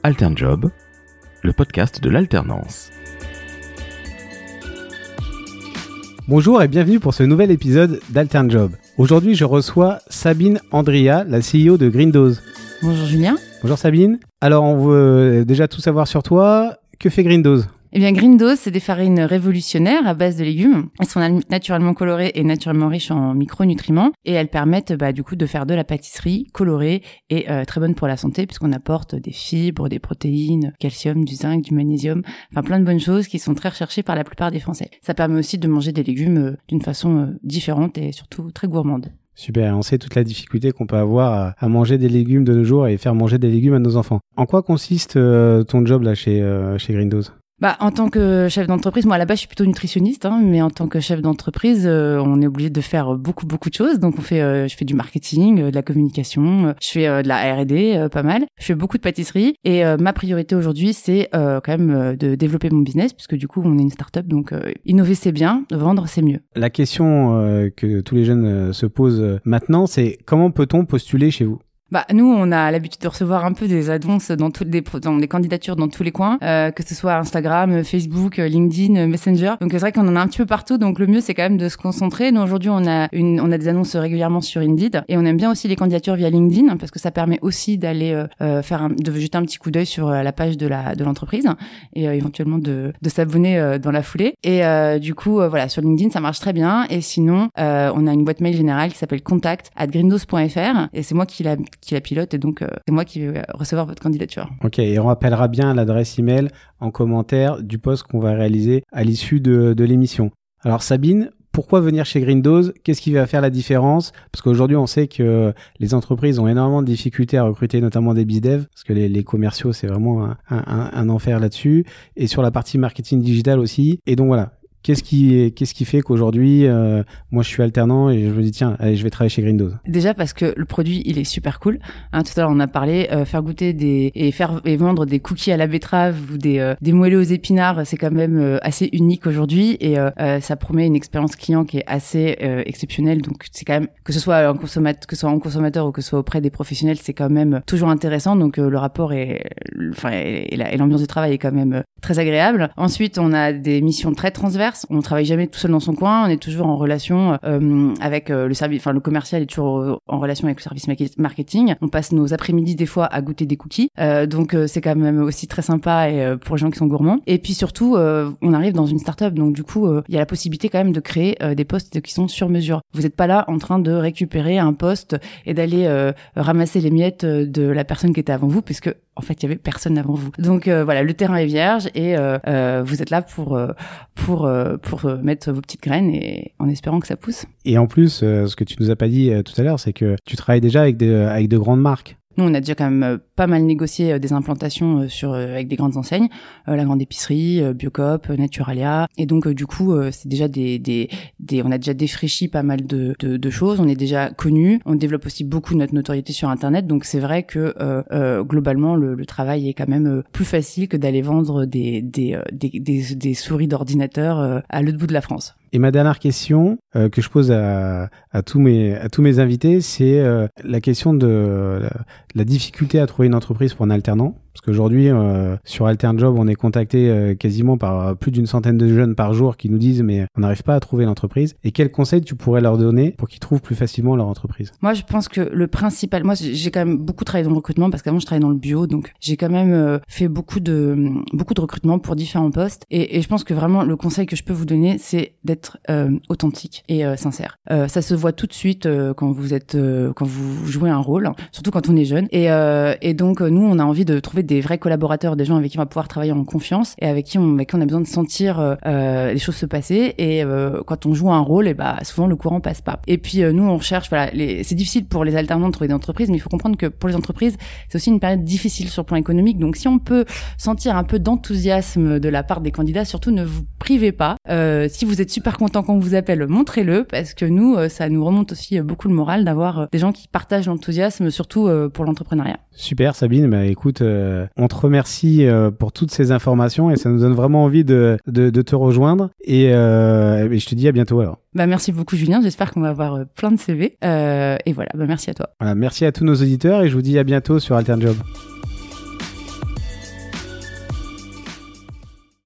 Alternjob, le podcast de l'alternance. Bonjour et bienvenue pour ce nouvel épisode d'Alternjob. Aujourd'hui, je reçois Sabine Andria, la CEO de Grindose. Bonjour Julien. Bonjour Sabine. Alors, on veut déjà tout savoir sur toi. Que fait Grindose ? Eh bien, Grindose, c'est des farines révolutionnaires à base de légumes. Elles sont naturellement colorées et naturellement riches en micronutriments et elles permettent du coup de faire de la pâtisserie colorée et très bonne pour la santé puisqu'on apporte des fibres, des protéines, calcium, du zinc, du magnésium, enfin plein de bonnes choses qui sont très recherchées par la plupart des Français. Ça permet aussi de manger des légumes d'une façon différente et surtout très gourmande. Super, on sait toute la difficulté qu'on peut avoir à manger des légumes de nos jours et faire manger des légumes à nos enfants. En quoi consiste ton job là chez Grindose ? En tant que chef d'entreprise, moi à la base je suis plutôt nutritionniste, mais en tant que chef d'entreprise, on est obligé de faire beaucoup de choses. Donc je fais du marketing, de la communication, je fais de la R&D, pas mal. Je fais beaucoup de pâtisserie et ma priorité aujourd'hui c'est quand même de développer mon business puisque du coup on est une start-up, donc innover c'est bien, vendre c'est mieux. La question que tous les jeunes se posent maintenant, c'est comment peut-on postuler chez vous ? Nous, on a l'habitude de recevoir un peu des annonces dans les candidatures dans tous les coins, que ce soit Instagram, Facebook, LinkedIn, Messenger. Donc c'est vrai qu'on en a un petit peu partout. Donc le mieux, c'est quand même de se concentrer. Nous aujourd'hui, on a des annonces régulièrement sur Indeed et on aime bien aussi les candidatures via LinkedIn parce que ça permet aussi d'aller de jeter un petit coup d'œil sur la page de l'entreprise et éventuellement de s'abonner dans la foulée. Et du coup, sur LinkedIn, ça marche très bien. Et sinon, on a une boîte mail générale qui s'appelle contact@grindose.fr et c'est moi qui la pilote et donc c'est moi qui vais recevoir votre candidature. Ok, et on rappellera bien l'adresse email en commentaire du post qu'on va réaliser à l'issue de l'émission. Alors Sabine, pourquoi venir chez Grindose ? Qu'est-ce qui va faire la différence ? Parce qu'aujourd'hui, on sait que les entreprises ont énormément de difficultés à recruter, notamment des bizdev, parce que les commerciaux, c'est vraiment un enfer là-dessus. Et sur la partie marketing digital aussi. Et donc voilà. Qu'est-ce qui fait qu'aujourd'hui, moi je suis alternant et je me dis tiens, allez, je vais travailler chez Grindose. Déjà parce que le produit il est super cool. Tout à l'heure on a parlé faire goûter et vendre des cookies à la betterave ou des moelleux aux épinards, c'est quand même assez unique aujourd'hui et ça promet une expérience client qui est assez exceptionnelle. Donc c'est quand même que ce soit en consommateur ou que ce soit auprès des professionnels, c'est quand même toujours intéressant. Donc le rapport et l'ambiance de travail est quand même très agréable. Ensuite on a des missions très transverses. On travaille jamais tout seul dans son coin, on est toujours en relation avec le service, le commercial est toujours en relation avec le service marketing. On passe nos après-midi des fois à goûter des cookies, donc c'est quand même aussi très sympa et pour les gens qui sont gourmands. Et puis surtout, on arrive dans une start-up, donc du coup, il y a la possibilité quand même de créer des postes qui sont sur mesure. Vous n'êtes pas là en train de récupérer un poste et d'aller ramasser les miettes de la personne qui était avant vous, puisque en fait, il y avait personne avant vous. Donc le terrain est vierge et vous êtes là pour mettre vos petites graines et en espérant que ça pousse. Et en plus, ce que tu nous as pas dit tout à l'heure, c'est que tu travailles déjà avec de grandes marques. Nous, on a déjà quand même pas mal négocié des implantations avec des grandes enseignes, la grande épicerie, Biocoop, Naturalia. Et donc, du coup, c'est déjà on a déjà défraîchi pas mal de choses. On est déjà connus. On développe aussi beaucoup notre notoriété sur Internet. Donc, c'est vrai que globalement, le travail est quand même plus facile que d'aller vendre des souris d'ordinateur à l'autre bout de la France. Et ma dernière question que je pose à tous mes invités, c'est la question de la difficulté à trouver une entreprise pour un alternant. Parce qu'aujourd'hui, sur Alternjob, on est contacté quasiment par plus d'une centaine de jeunes par jour qui nous disent mais on n'arrive pas à trouver l'entreprise. Et quels conseils tu pourrais leur donner pour qu'ils trouvent plus facilement leur entreprise ? Moi, je pense que le principal... Moi, j'ai quand même beaucoup travaillé dans le recrutement parce qu'avant, je travaillais dans le bio. Donc, j'ai quand même fait beaucoup de recrutement pour différents postes. Et je pense que vraiment, le conseil que je peux vous donner, c'est d'être authentique et sincère. Ça se voit tout de suite quand vous jouez un rôle, surtout quand on est jeune. Et donc, nous, on a envie de trouver des vrais collaborateurs, des gens avec qui on va pouvoir travailler en confiance et avec qui on a besoin de sentir les choses se passer. Et quand on joue un rôle, souvent le courant passe pas. Et puis nous, on recherche, c'est difficile pour les alternants de trouver des entreprises, mais il faut comprendre que pour les entreprises, c'est aussi une période difficile sur le plan économique. Donc si on peut sentir un peu d'enthousiasme de la part des candidats, surtout ne vous privez pas. Si vous êtes super content quand on vous appelle, montrez-le parce que nous, ça nous remonte aussi beaucoup le moral d'avoir des gens qui partagent l'enthousiasme, surtout pour l'entrepreneuriat. Super Sabine, écoute, on te remercie pour toutes ces informations et ça nous donne vraiment envie de te rejoindre et je te dis à bientôt alors. Merci beaucoup Julien, j'espère qu'on va avoir plein de CV et voilà, merci à toi. Voilà, merci à tous nos auditeurs et je vous dis à bientôt sur Alternjob.